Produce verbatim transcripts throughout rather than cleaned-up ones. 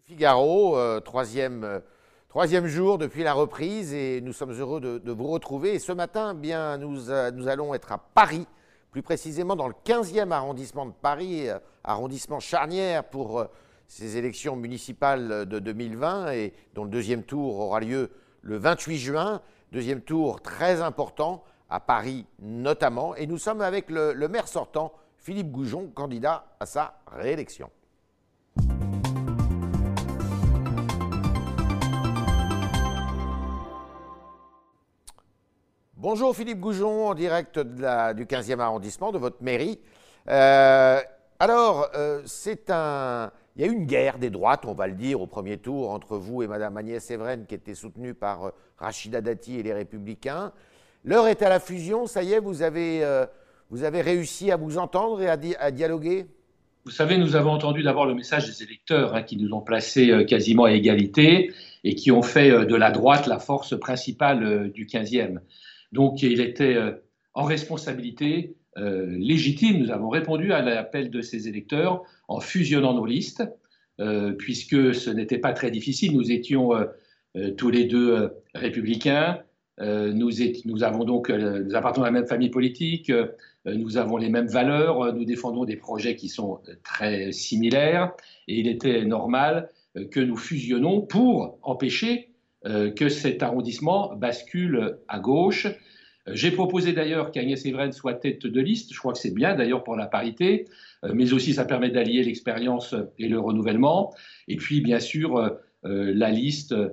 Figaro, euh, troisième, euh, troisième jour depuis la reprise et nous sommes heureux de, de vous retrouver. Et ce matin, eh bien, nous, euh, nous allons être à Paris, plus précisément dans le quinzième arrondissement de Paris, euh, arrondissement charnière pour euh, ces élections municipales de deux mille vingt et dont le deuxième tour aura lieu le vingt-huit juin. Deuxième tour très important à Paris notamment. Et nous sommes avec le, le maire sortant, Philippe Goujon, candidat à sa réélection. Bonjour Philippe Goujon, en direct de la, du quinzième arrondissement, de votre mairie. Euh, alors, euh, c'est un, il y a eu une guerre des droites, on va le dire, au premier tour, entre vous et Madame Agnès Evren, qui était soutenue par euh, Rachida Dati et les Républicains. L'heure est à la fusion, ça y est, vous avez, euh, vous avez réussi à vous entendre et à, di à dialoguer? Vous savez, nous avons entendu d'abord le message des électeurs hein, qui nous ont placés euh, quasiment à égalité et qui ont fait euh, de la droite la force principale euh, du quinzième. Donc, il était euh, en responsabilité euh, légitime. Nous avons répondu à l'appel de ces électeurs en fusionnant nos listes, euh, puisque ce n'était pas très difficile. Nous étions euh, euh, tous les deux euh, républicains. Euh, nous, étions, nous avons donc, euh, nous appartenons à la même famille politique. Euh, nous avons les mêmes valeurs. Euh, nous défendons des projets qui sont très similaires. Et il était normal euh, que nous fusionnons pour empêcher Euh, que cet arrondissement bascule à gauche. Euh, J'ai proposé d'ailleurs qu'Agnès Evren soit tête de liste. Je crois que c'est bien d'ailleurs pour la parité, euh, mais aussi ça permet d'allier l'expérience et le renouvellement. Et puis bien sûr, euh, euh, la liste euh,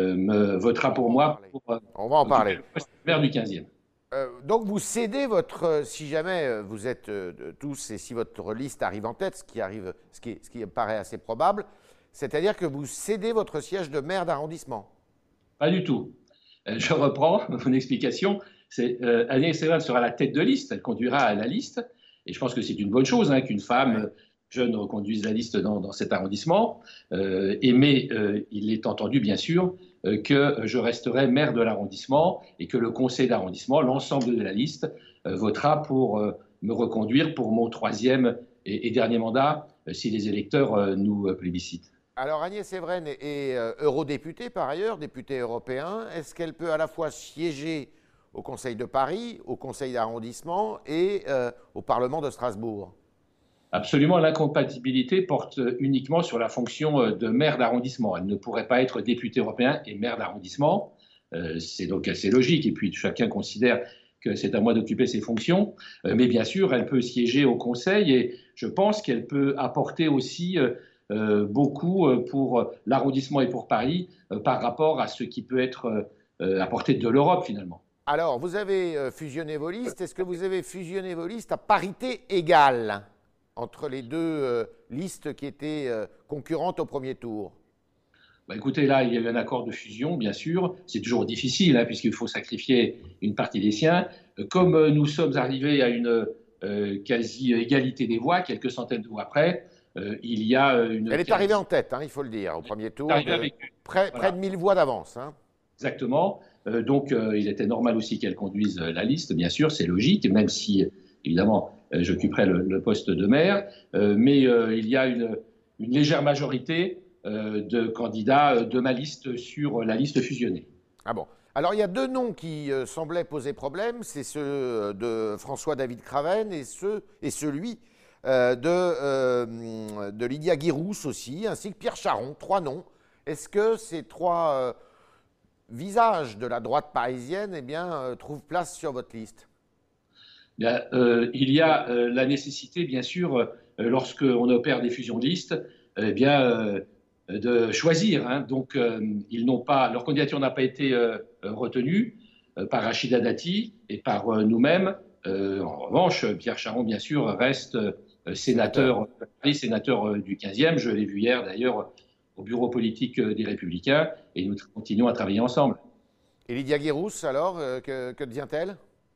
me votera pour moi pour euh, On va en parler. le poste de maire du quinzième. Euh, donc vous cédez votre, si jamais vous êtes euh, tous et si votre liste arrive en tête, ce qui, arrive, ce qui, ce qui paraît assez probable, c'est-à-dire que vous cédez votre siège de maire d'arrondissement. Pas du tout. Euh, Je reprends mon explication. Euh, Agnès Evren sera la tête de liste, elle conduira à la liste, et je pense que c'est une bonne chose hein, qu'une femme Ouais. euh, jeune reconduise la liste dans, dans cet arrondissement. Euh, et mais euh, il est entendu, bien sûr, euh, que je resterai maire de l'arrondissement et que le conseil d'arrondissement, l'ensemble de la liste, euh, votera pour euh, me reconduire pour mon troisième et, et dernier mandat, euh, si les électeurs euh, nous euh, plébiscitent. Alors Agnès Evren est, est euh, eurodéputée par ailleurs, députée européen. Est-ce qu'elle peut à la fois siéger au Conseil de Paris, au Conseil d'arrondissement et euh, au Parlement de Strasbourg? Absolument, l'incompatibilité porte uniquement sur la fonction de maire d'arrondissement. Elle ne pourrait pas être députée européen et maire d'arrondissement. Euh, c'est donc assez logique. Et puis chacun considère que c'est à moi d'occuper ces fonctions. Euh, mais bien sûr, elle peut siéger au Conseil et je pense qu'elle peut apporter aussi euh, beaucoup pour l'arrondissement et pour Paris euh, par rapport à ce qui peut être euh, apporté de l'Europe finalement. Alors vous avez euh, fusionné vos listes. Est-ce que vous avez fusionné vos listes à parité égale entre les deux euh, listes qui étaient euh, concurrentes au premier tour? Bah, écoutez, là, il y a eu un accord de fusion, bien sûr. C'est toujours difficile, hein, puisqu'il faut sacrifier une partie des siens. Comme euh, nous sommes arrivés à une euh, quasi-égalité des voix, quelques centaines de voix près, euh, il y a une... Elle est arrivée en tête, hein, il faut le dire, au premier tour, de avec... près, voilà. près de mille voix d'avance. Hein. Exactement. Euh, donc, euh, il était normal aussi qu'elle conduise la liste, bien sûr, c'est logique, même si, évidemment, euh, j'occuperai le, le poste de maire. Euh, mais euh, il y a une, une légère majorité euh, de candidats de ma liste sur la liste fusionnée. Ah bon. Alors, il y a deux noms qui euh, semblaient poser problème, c'est ceux de François-David Cravenne et, ceux, et celui euh, de, euh, de Lydia Guirousse aussi, ainsi que Pierre Charon, trois noms. Est-ce que ces trois euh, visages de la droite parisienne eh bien, euh, trouvent place sur votre liste? Bien, euh, il y a euh, la nécessité, bien sûr, euh, lorsqu'on opère des fusions de listes, eh bien, euh, de choisir. Hein. Donc, euh, ils n'ont pas, leur candidature n'a pas été euh, retenue euh, par Rachida Dati et par euh, nous-mêmes. Euh, en revanche, Pierre Charon, bien sûr, reste euh, sénateur, sénateur, sénateur euh, du quinzième. Je l'ai vu hier, d'ailleurs, au bureau politique des Républicains, et nous continuons à travailler ensemble. Et Lydia Guirousse, alors, euh, que, que devient-elle?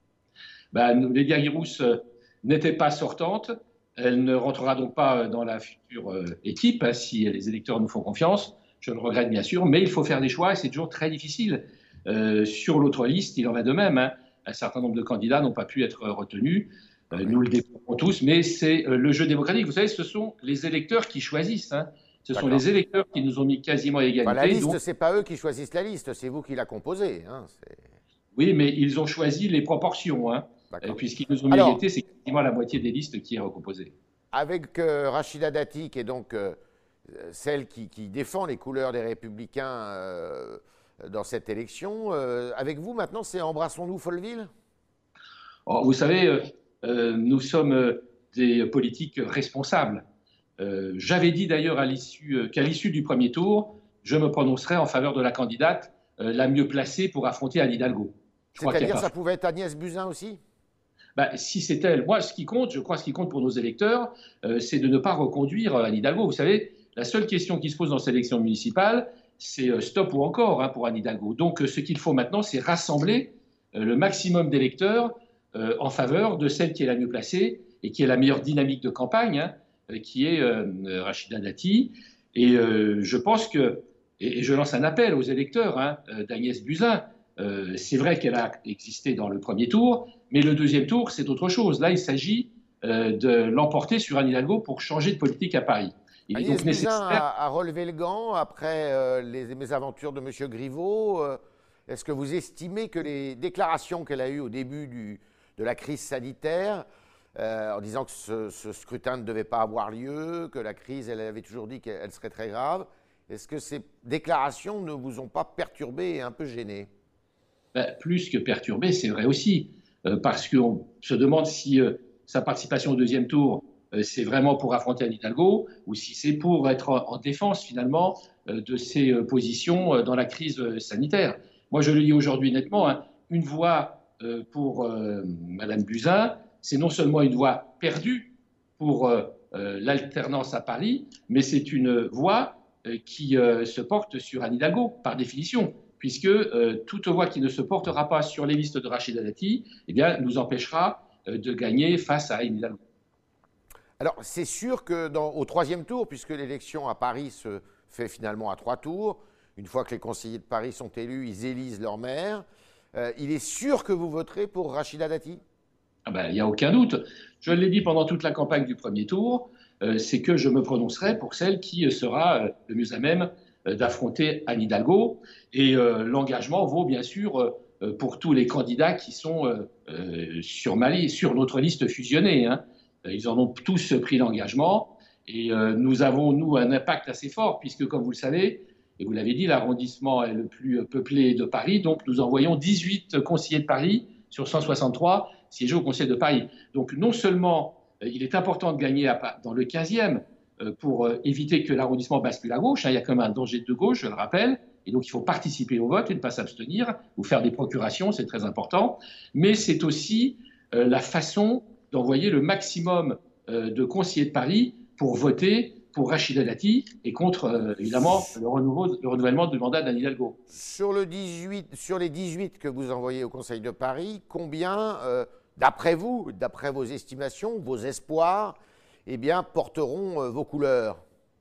Ben, Lydia Guirousse euh, n'était pas sortante. Elle ne rentrera donc pas dans la future euh, équipe, hein, si les électeurs nous font confiance. Je le regrette bien sûr, mais il faut faire des choix et c'est toujours très difficile. Euh, sur l'autre liste, il en va de même. Hein. Un certain nombre de candidats n'ont pas pu être retenus. Euh, nous le déplorons tous, mais c'est euh, le jeu démocratique. Vous savez, ce sont les électeurs qui choisissent. Hein. Ce sont les électeurs qui nous ont mis quasiment à égalité. Enfin, la liste, donc... ce n'est pas eux qui choisissent la liste, c'est vous qui la composez. Hein, oui, mais ils ont choisi les proportions. Hein. Puisqu'ils nous ont mis à égalité, c'est quasiment la moitié des listes qui est recomposée. Avec euh, Rachida Dati, qui est donc euh, celle qui, qui défend les couleurs des Républicains euh, dans cette élection, euh, avec vous maintenant, c'est Embrassons-nous Folleville? Oh, vous savez, euh, euh, nous sommes euh, des politiques responsables. Euh, J'avais dit d'ailleurs à l'issue, euh, qu'à l'issue du premier tour, je me prononcerais en faveur de la candidate euh, la mieux placée pour affronter Anne Hidalgo. C'est-à-dire, ça pouvait être Agnès Buzyn aussi? Ben, si c'est elle, moi, ce qui compte, je crois, ce qui compte pour nos électeurs, euh, c'est de ne pas reconduire Anne Hidalgo. Vous savez, la seule question qui se pose dans cette élection municipale, c'est euh, stop ou encore hein, pour Anne Hidalgo. Donc, euh, ce qu'il faut maintenant, c'est rassembler euh, le maximum d'électeurs euh, en faveur de celle qui est la mieux placée et qui est la meilleure dynamique de campagne, hein, euh, qui est euh, Rachida Dati. Et euh, je pense que, et, et je lance un appel aux électeurs hein, d'Agnès Buzyn. Euh, c'est vrai qu'elle a existé dans le premier tour, mais le deuxième tour, c'est autre chose. Là, il s'agit euh, de l'emporter sur Anne Hidalgo pour changer de politique à Paris. Il Agnès est donc nécessaire... Buzyn a, a relevé le gant après euh, les mésaventures de M. Griveaux. Euh, Est-ce que vous estimez que les déclarations qu'elle a eues au début du, de la crise sanitaire, euh, en disant que ce, ce scrutin ne devait pas avoir lieu, que la crise, elle avait toujours dit qu'elle serait très grave, est-ce que ces déclarations ne vous ont pas perturbé et un peu gêné? Ben, plus que perturbé, c'est vrai aussi, euh, parce qu'on se demande si euh, sa participation au deuxième tour, euh, c'est vraiment pour affronter Anne Hidalgo, ou si c'est pour être en, en défense, finalement, euh, de ses euh, positions euh, dans la crise euh, sanitaire. Moi, je le dis aujourd'hui nettement, hein, une voix euh, pour euh, Mme Buzyn, c'est non seulement une voix perdue pour euh, euh, l'alternance à Paris, mais c'est une voix euh, qui euh, se porte sur Anne Hidalgo, par définition, puisque euh, toute voix qui ne se portera pas sur les listes de Rachida Dati eh bien, nous empêchera euh, de gagner face à Anne Hidalgo. Alors, c'est sûr que dans, au troisième tour, puisque l'élection à Paris se fait finalement à trois tours, une fois que les conseillers de Paris sont élus, ils élisent leur maire, euh, il est sûr que vous voterez pour Rachida Dati? Ah ben, il n'y a aucun doute. Je l'ai dit pendant toute la campagne du premier tour, euh, c'est que je me prononcerai pour celle qui sera euh, le mieux à même d'affronter Anne Hidalgo. Et euh, l'engagement vaut bien sûr euh, pour tous les candidats qui sont euh, euh, sur, ma liste, sur notre liste fusionnée. Hein. Ils en ont tous pris l'engagement. Et euh, nous avons, nous, un impact assez fort, puisque, comme vous le savez, et vous l'avez dit, l'arrondissement est le plus peuplé de Paris. Donc, nous envoyons dix-huit conseillers de Paris sur cent soixante-trois siéger au Conseil de Paris. Donc, non seulement euh, il est important de gagner à, dans le quinzième, pour éviter que l'arrondissement bascule à gauche. Il y a quand même un danger de gauche, je le rappelle, et donc il faut participer au vote et ne pas s'abstenir ou faire des procurations, c'est très important. Mais c'est aussi euh, la façon d'envoyer le maximum euh, de conseillers de Paris pour voter pour Rachida Dati et contre, euh, évidemment, le, renouveau, le renouvellement du mandat d'Anne Hidalgo. Sur, le dix-huit, sur les dix-huit que vous envoyez au Conseil de Paris, combien, euh, d'après vous, d'après vos estimations, vos espoirs, eh bien, porteront euh, vos couleurs?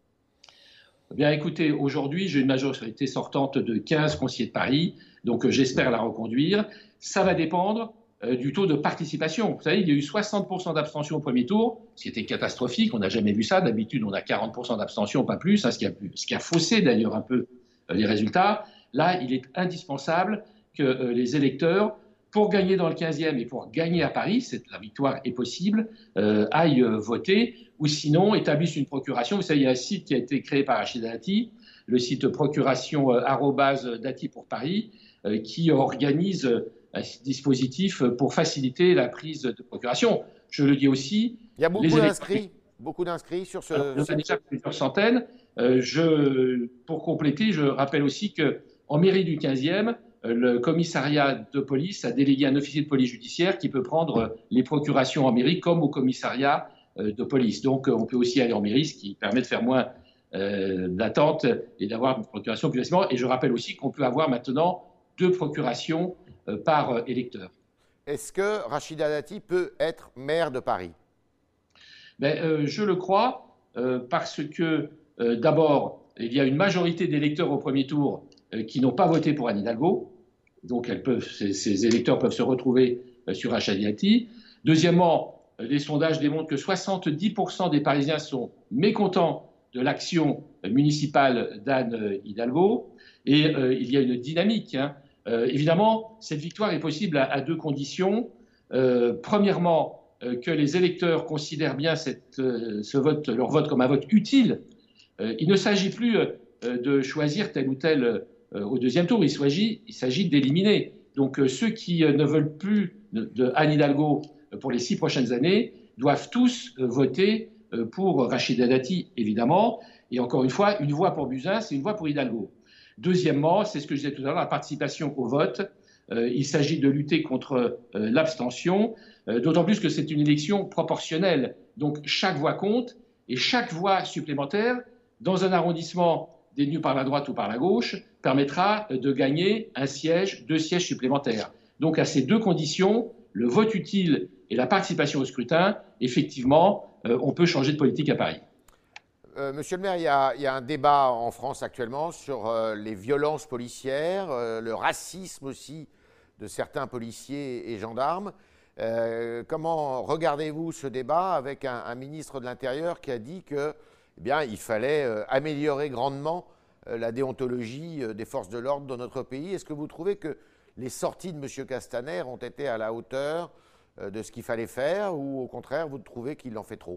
Eh bien, écoutez, aujourd'hui, j'ai une majorité sortante de quinze conseillers de Paris, donc euh, j'espère la reconduire. Ça va dépendre euh, du taux de participation. Vous savez, il y a eu soixante pour cent d'abstention au premier tour, ce qui était catastrophique, on n'a jamais vu ça. D'habitude, on a quarante pour cent d'abstention, pas plus, hein, ce, qui a, ce qui a faussé d'ailleurs un peu euh, les résultats. Là, il est indispensable que euh, les électeurs, pour gagner dans le quinzième et pour gagner à Paris, c'est, la victoire est possible, euh, aillent euh, voter, ou sinon établissent une procuration. Vous savez, il y a un site qui a été créé par Rachida Dati, le site procuration euh, arobase Dati pour Paris, euh, qui organise euh, un dispositif pour faciliter la prise de procuration. Je le dis aussi. Il y a beaucoup d'inscrits, beaucoup d'inscrits sur ce. Alors, il y en a déjà plusieurs centaines. Euh, je, pour compléter, je rappelle aussi qu'en mairie du quinzième, le commissariat de police a délégué un officier de police judiciaire qui peut prendre les procurations en mairie comme au commissariat de police. Donc, on peut aussi aller en mairie, ce qui permet de faire moins euh, d'attente et d'avoir une procuration plus facilement. Et je rappelle aussi qu'on peut avoir maintenant deux procurations euh, par euh, électeur. Est-ce que Rachida Dati peut être maire de Paris? Ben, euh, je le crois, euh, parce que, euh, d'abord, il y a une majorité d'électeurs au premier tour euh, qui n'ont pas voté pour Anne Hidalgo. Donc, elles peuvent, ces, ces électeurs peuvent se retrouver euh, sur Rachida Dati. Deuxièmement, les sondages démontrent que soixante-dix pour cent des Parisiens sont mécontents de l'action municipale d'Anne Hidalgo. Et euh, il y a une dynamique. Hein. Euh, évidemment, cette victoire est possible à, à deux conditions. Euh, premièrement, euh, que les électeurs considèrent bien cette, euh, ce vote, leur vote comme un vote utile. Euh, il ne s'agit plus euh, de choisir tel ou tel euh, au deuxième tour, il s'agit, il s'agit d'éliminer. Donc euh, ceux qui euh, ne veulent plus de, de Anne Hidalgo euh, pour les six prochaines années doivent tous euh, voter euh, pour Rachida Dati, évidemment. Et encore une fois, une voix pour Buzyn, c'est une voix pour Hidalgo. Deuxièmement, c'est ce que je disais tout à l'heure, la participation au vote. Euh, il s'agit de lutter contre euh, l'abstention, euh, d'autant plus que c'est une élection proportionnelle. Donc chaque voix compte et chaque voix supplémentaire dans un arrondissement détenu par la droite ou par la gauche permettra de gagner un siège, deux sièges supplémentaires. Donc à ces deux conditions, le vote utile et la participation au scrutin, effectivement, euh, on peut changer de politique à Paris. Euh, Monsieur le maire, il y, a, il y a un débat en France actuellement sur euh, les violences policières, euh, le racisme aussi de certains policiers et gendarmes. Euh, comment regardez-vous ce débat avec un, un ministre de l'Intérieur qui a dit que, eh bien, il fallait euh, améliorer grandement euh, la déontologie euh, des forces de l'ordre dans notre pays? Est-ce que vous trouvez que les sorties de M. Castaner ont été à la hauteur euh, de ce qu'il fallait faire, ou au contraire, vous trouvez qu'il en fait trop?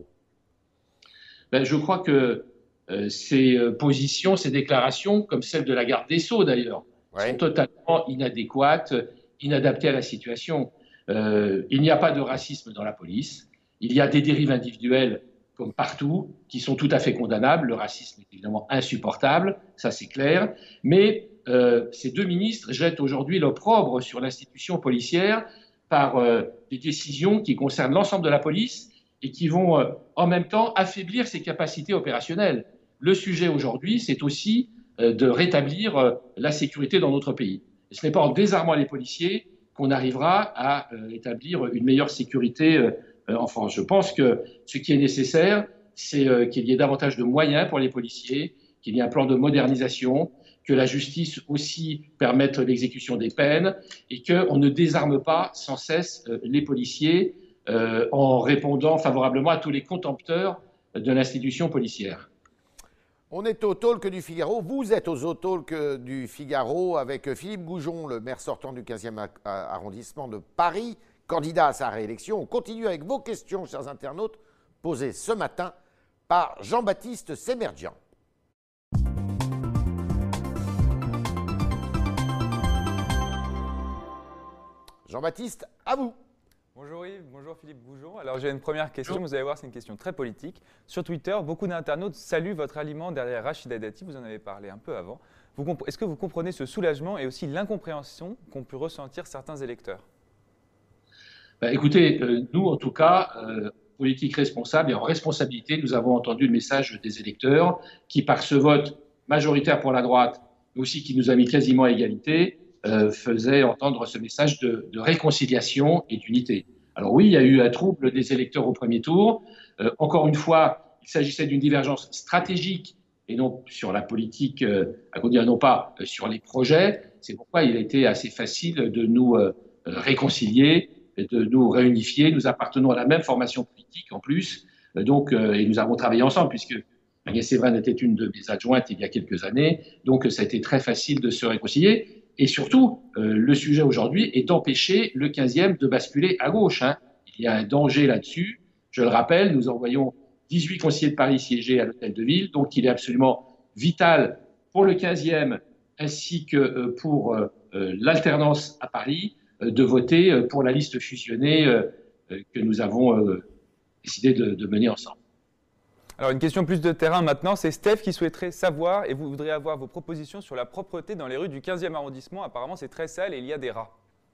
Ben, je crois que euh, ces euh, positions, ces déclarations, comme celle de la garde des Sceaux d'ailleurs, ouais. sont totalement inadéquates, inadaptées à la situation. Euh, il n'y a pas de racisme dans la police. Il y a des dérives individuelles, comme partout, qui sont tout à fait condamnables. Le racisme est évidemment insupportable, ça c'est clair. Mais euh, ces deux ministres jettent aujourd'hui l'opprobre sur l'institution policière par euh, des décisions qui concernent l'ensemble de la police et qui vont euh, en même temps affaiblir ses capacités opérationnelles. Le sujet aujourd'hui, c'est aussi euh, de rétablir euh, la sécurité dans notre pays. Et ce n'est pas en désarmant les policiers qu'on arrivera à euh, établir une meilleure sécurité euh, en France. Je pense que ce qui est nécessaire, c'est euh, qu'il y ait davantage de moyens pour les policiers, qu'il y ait un plan de modernisation, que la justice aussi permette l'exécution des peines et qu'on ne désarme pas sans cesse euh, les policiers Euh, en répondant favorablement à tous les contempteurs de l'institution policière. On est au talk du Figaro. Vous êtes aux talk du Figaro avec Philippe Goujon, le maire sortant du quinzième arrondissement de Paris, candidat à sa réélection. On continue avec vos questions, chers internautes, posées ce matin par Jean-Baptiste Sémerdjian. Jean-Baptiste, à vous. Bonjour Yves, bonjour Philippe Goujon. Alors j'ai une première question, bonjour. Vous allez voir, c'est une question très politique. Sur Twitter, beaucoup d'internautes saluent votre aliment derrière Rachida Dati, vous en avez parlé un peu avant. Est-ce que vous comprenez ce soulagement et aussi l'incompréhension qu'ont pu ressentir certains électeurs? Ben, écoutez, euh, nous en tout cas, euh, politique responsable et en responsabilité, nous avons entendu le message des électeurs qui, par ce vote majoritaire pour la droite, mais aussi qui nous a mis quasiment à égalité, Euh, faisait entendre ce message de, de réconciliation et d'unité. Alors oui, il y a eu un trouble des électeurs au premier tour. Euh, encore une fois, il s'agissait d'une divergence stratégique et non sur la politique, euh, à dire non pas euh, sur les projets. C'est pourquoi il a été assez facile de nous euh, réconcilier, de nous réunifier. Nous appartenons à la même formation politique en plus, euh, donc euh, et nous avons travaillé ensemble puisque Agnès Sévrin était une de mes adjointes il y a quelques années. Donc ça a été très facile de se réconcilier. Et surtout, euh, le sujet aujourd'hui est d'empêcher le quinzième de basculer à gauche. Hein. Il y a un danger là-dessus. Je le rappelle, nous envoyons dix-huit conseillers de Paris siéger à l'hôtel de ville. Donc, il est absolument vital pour le quinzième ainsi que euh, pour euh, l'alternance à Paris euh, de voter euh, pour la liste fusionnée euh, euh, que nous avons euh, décidé de, de mener ensemble. Alors, une question plus de terrain maintenant, c'est Steph qui souhaiterait savoir et vous voudrez avoir vos propositions sur la propreté dans les rues du quinzième arrondissement. Apparemment, c'est très sale et il y a des rats.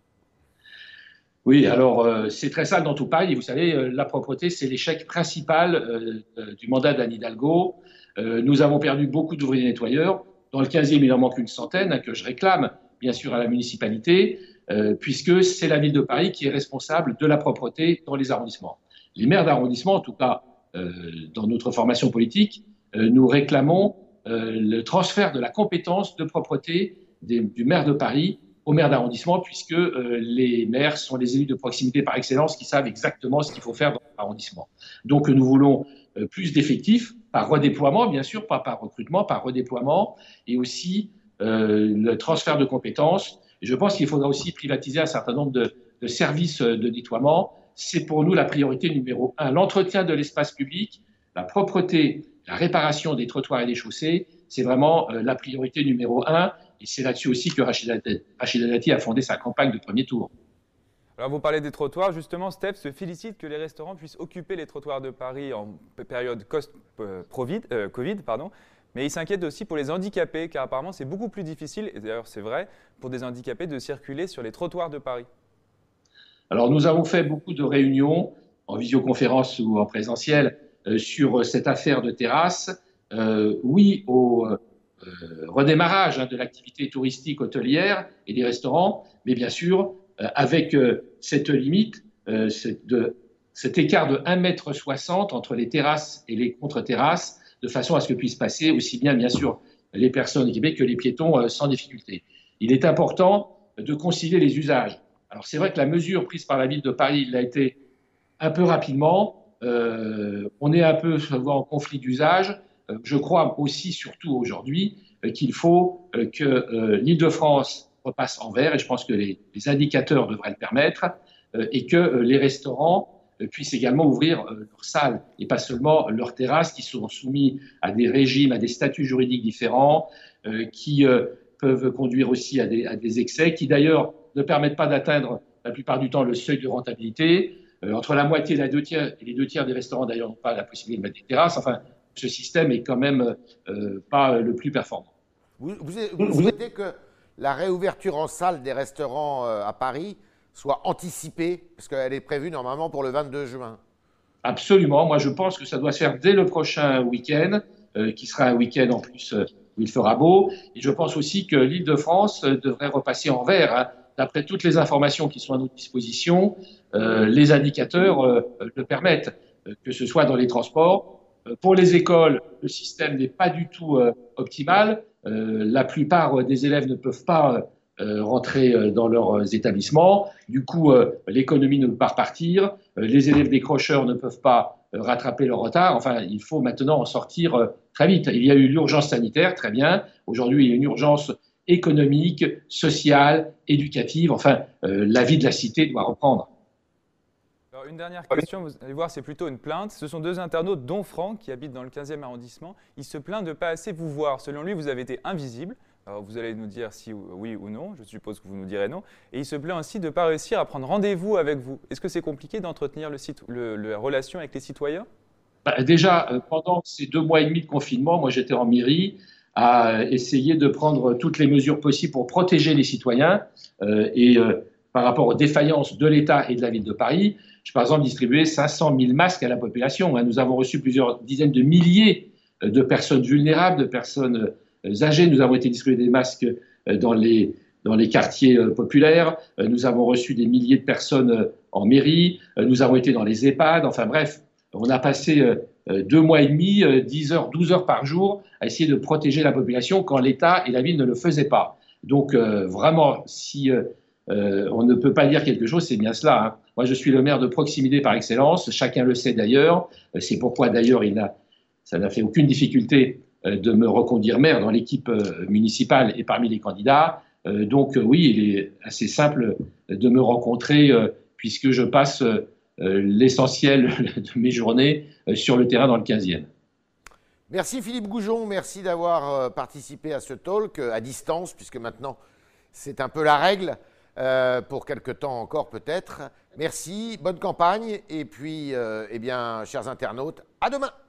Oui, alors euh, c'est très sale dans tout Paris. Vous savez, euh, la propreté, c'est l'échec principal euh, euh, du mandat d'Anne Hidalgo. Euh, nous avons perdu beaucoup d'ouvriers nettoyeurs. Dans le quinzième, il en manque une centaine hein, que je réclame, bien sûr, à la municipalité, euh, puisque c'est la ville de Paris qui est responsable de la propreté dans les arrondissements. Les maires d'arrondissement, en tout cas, Euh, dans notre formation politique, euh, nous réclamons euh, le transfert de la compétence de propreté des, du maire de Paris aux maires d'arrondissement, puisque euh, les maires sont les élus de proximité par excellence qui savent exactement ce qu'il faut faire dans l'arrondissement. Donc nous voulons euh, plus d'effectifs, par redéploiement bien sûr, pas par recrutement, par redéploiement, et aussi euh, le transfert de compétences. Et je pense qu'il faudra aussi privatiser un certain nombre de, de services de nettoiement. C'est pour nous la priorité numéro un. L'entretien de l'espace public, la propreté, la réparation des trottoirs et des chaussées, c'est vraiment euh, la priorité numéro un. Et c'est là-dessus aussi que Rachida Dati a fondé sa campagne de premier tour. Alors vous parlez des trottoirs, justement, Steph se félicite que les restaurants puissent occuper les trottoirs de Paris en période post-Covid, euh, Covid, pardon. Mais il s'inquiète aussi pour les handicapés, car apparemment c'est beaucoup plus difficile, et d'ailleurs c'est vrai, pour des handicapés de circuler sur les trottoirs de Paris. Alors nous avons fait beaucoup de réunions, en visioconférence ou en présentiel, euh, sur cette affaire de terrasse. Euh, oui au euh, redémarrage hein, de l'activité touristique hôtelière et des restaurants, mais bien sûr, euh, avec euh, cette limite, euh, cette, de, cet écart de un mètre soixante entre les terrasses et les contre-terrasses, de façon à ce que puissent passer aussi bien, bien sûr, les personnes équipées que les piétons euh, sans difficulté. Il est important de concilier les usages. Alors c'est vrai que la mesure prise par la ville de Paris l'a été un peu rapidement. Euh, on est un peu souvent en conflit d'usage. Euh, je crois aussi, surtout aujourd'hui, euh, qu'il faut euh, que euh, l'Île-de-France repasse en vert, et je pense que les, les indicateurs devraient le permettre, euh, et que euh, les restaurants euh, puissent également ouvrir euh, leurs salles, et pas seulement leurs terrasses, qui sont soumis à des régimes, à des statuts juridiques différents, euh, qui euh, peuvent conduire aussi à des, à des excès, qui d'ailleurs ne permettent pas d'atteindre la plupart du temps le seuil de rentabilité. Euh, entre la moitié et, la deux tiers, et les deux tiers des restaurants d'ailleurs n'ont pas la possibilité de mettre des terrasses. Enfin, ce système est quand même euh, pas le plus performant. Vous, vous, vous souhaitez que la réouverture en salle des restaurants euh, à Paris soit anticipée, parce qu'elle est prévue normalement pour le vingt-deux juin? Absolument. Moi, je pense que ça doit se faire dès le prochain week-end, euh, qui sera un week-end en plus euh, où il fera beau. Et je pense aussi que l'Île-de-France euh, devrait repasser en vert. Hein. D'après toutes les informations qui sont à notre disposition, euh, les indicateurs euh, le permettent, euh, que ce soit dans les transports. Euh, pour les écoles, le système n'est pas du tout euh, optimal. Euh, la plupart des élèves ne peuvent pas euh, rentrer dans leurs établissements. Du coup, euh, l'économie ne peut pas repartir. Euh, les élèves décrocheurs ne peuvent pas euh, rattraper leur retard. Enfin, il faut maintenant en sortir euh, très vite. Il y a eu l'urgence sanitaire, très bien. Aujourd'hui, il y a une urgence économique, sociale, éducative. Enfin, euh, la vie de la cité doit reprendre. Alors, une dernière question, vous allez voir, c'est plutôt une plainte. Ce sont deux internautes, dont Franck, qui habite dans le quinzième arrondissement. Il se plaint de ne pas assez vous voir. Selon lui, vous avez été invisible. Alors, vous allez nous dire si oui ou non. Je suppose que vous nous direz non. Et il se plaint aussi de ne pas réussir à prendre rendez-vous avec vous. Est-ce que c'est compliqué d'entretenir le site, le, le, la relation avec les citoyens? Bah, déjà, euh, pendant ces deux mois et demi de confinement, moi j'étais en mairie à essayer de prendre toutes les mesures possibles pour protéger les citoyens euh, et euh, par rapport aux défaillances de l'État et de la ville de Paris. J'ai par exemple distribué cinq cent mille masques à la population. Hein. Nous avons reçu plusieurs dizaines de milliers de personnes vulnérables, de personnes euh, âgées. Nous avons été distribuer des masques euh, dans les, dans les quartiers euh, populaires. Euh, nous avons reçu des milliers de personnes euh, en mairie. Euh, nous avons été dans les EHPAD. Enfin bref, on a passé euh, deux mois et demi, euh, dix heures, douze heures par jour à essayer de protéger la population quand l'État et la ville ne le faisaient pas. Donc euh, vraiment, si euh, euh, on ne peut pas dire quelque chose, c'est bien cela. Hein. Moi, je suis le maire de proximité par excellence. Chacun le sait d'ailleurs. Euh, c'est pourquoi d'ailleurs, il n'a, ça n'a fait aucune difficulté euh, de me reconduire maire dans l'équipe euh, municipale et parmi les candidats. Euh, donc euh, oui, il est assez simple de me rencontrer euh, puisque je passe euh, l'essentiel de mes journées euh, sur le terrain dans le quinzième. Merci Philippe Goujon, merci d'avoir participé à ce talk à distance, puisque maintenant c'est un peu la règle, euh, pour quelque temps encore peut-être. Merci, bonne campagne, et puis, euh, eh bien, chers internautes, à demain.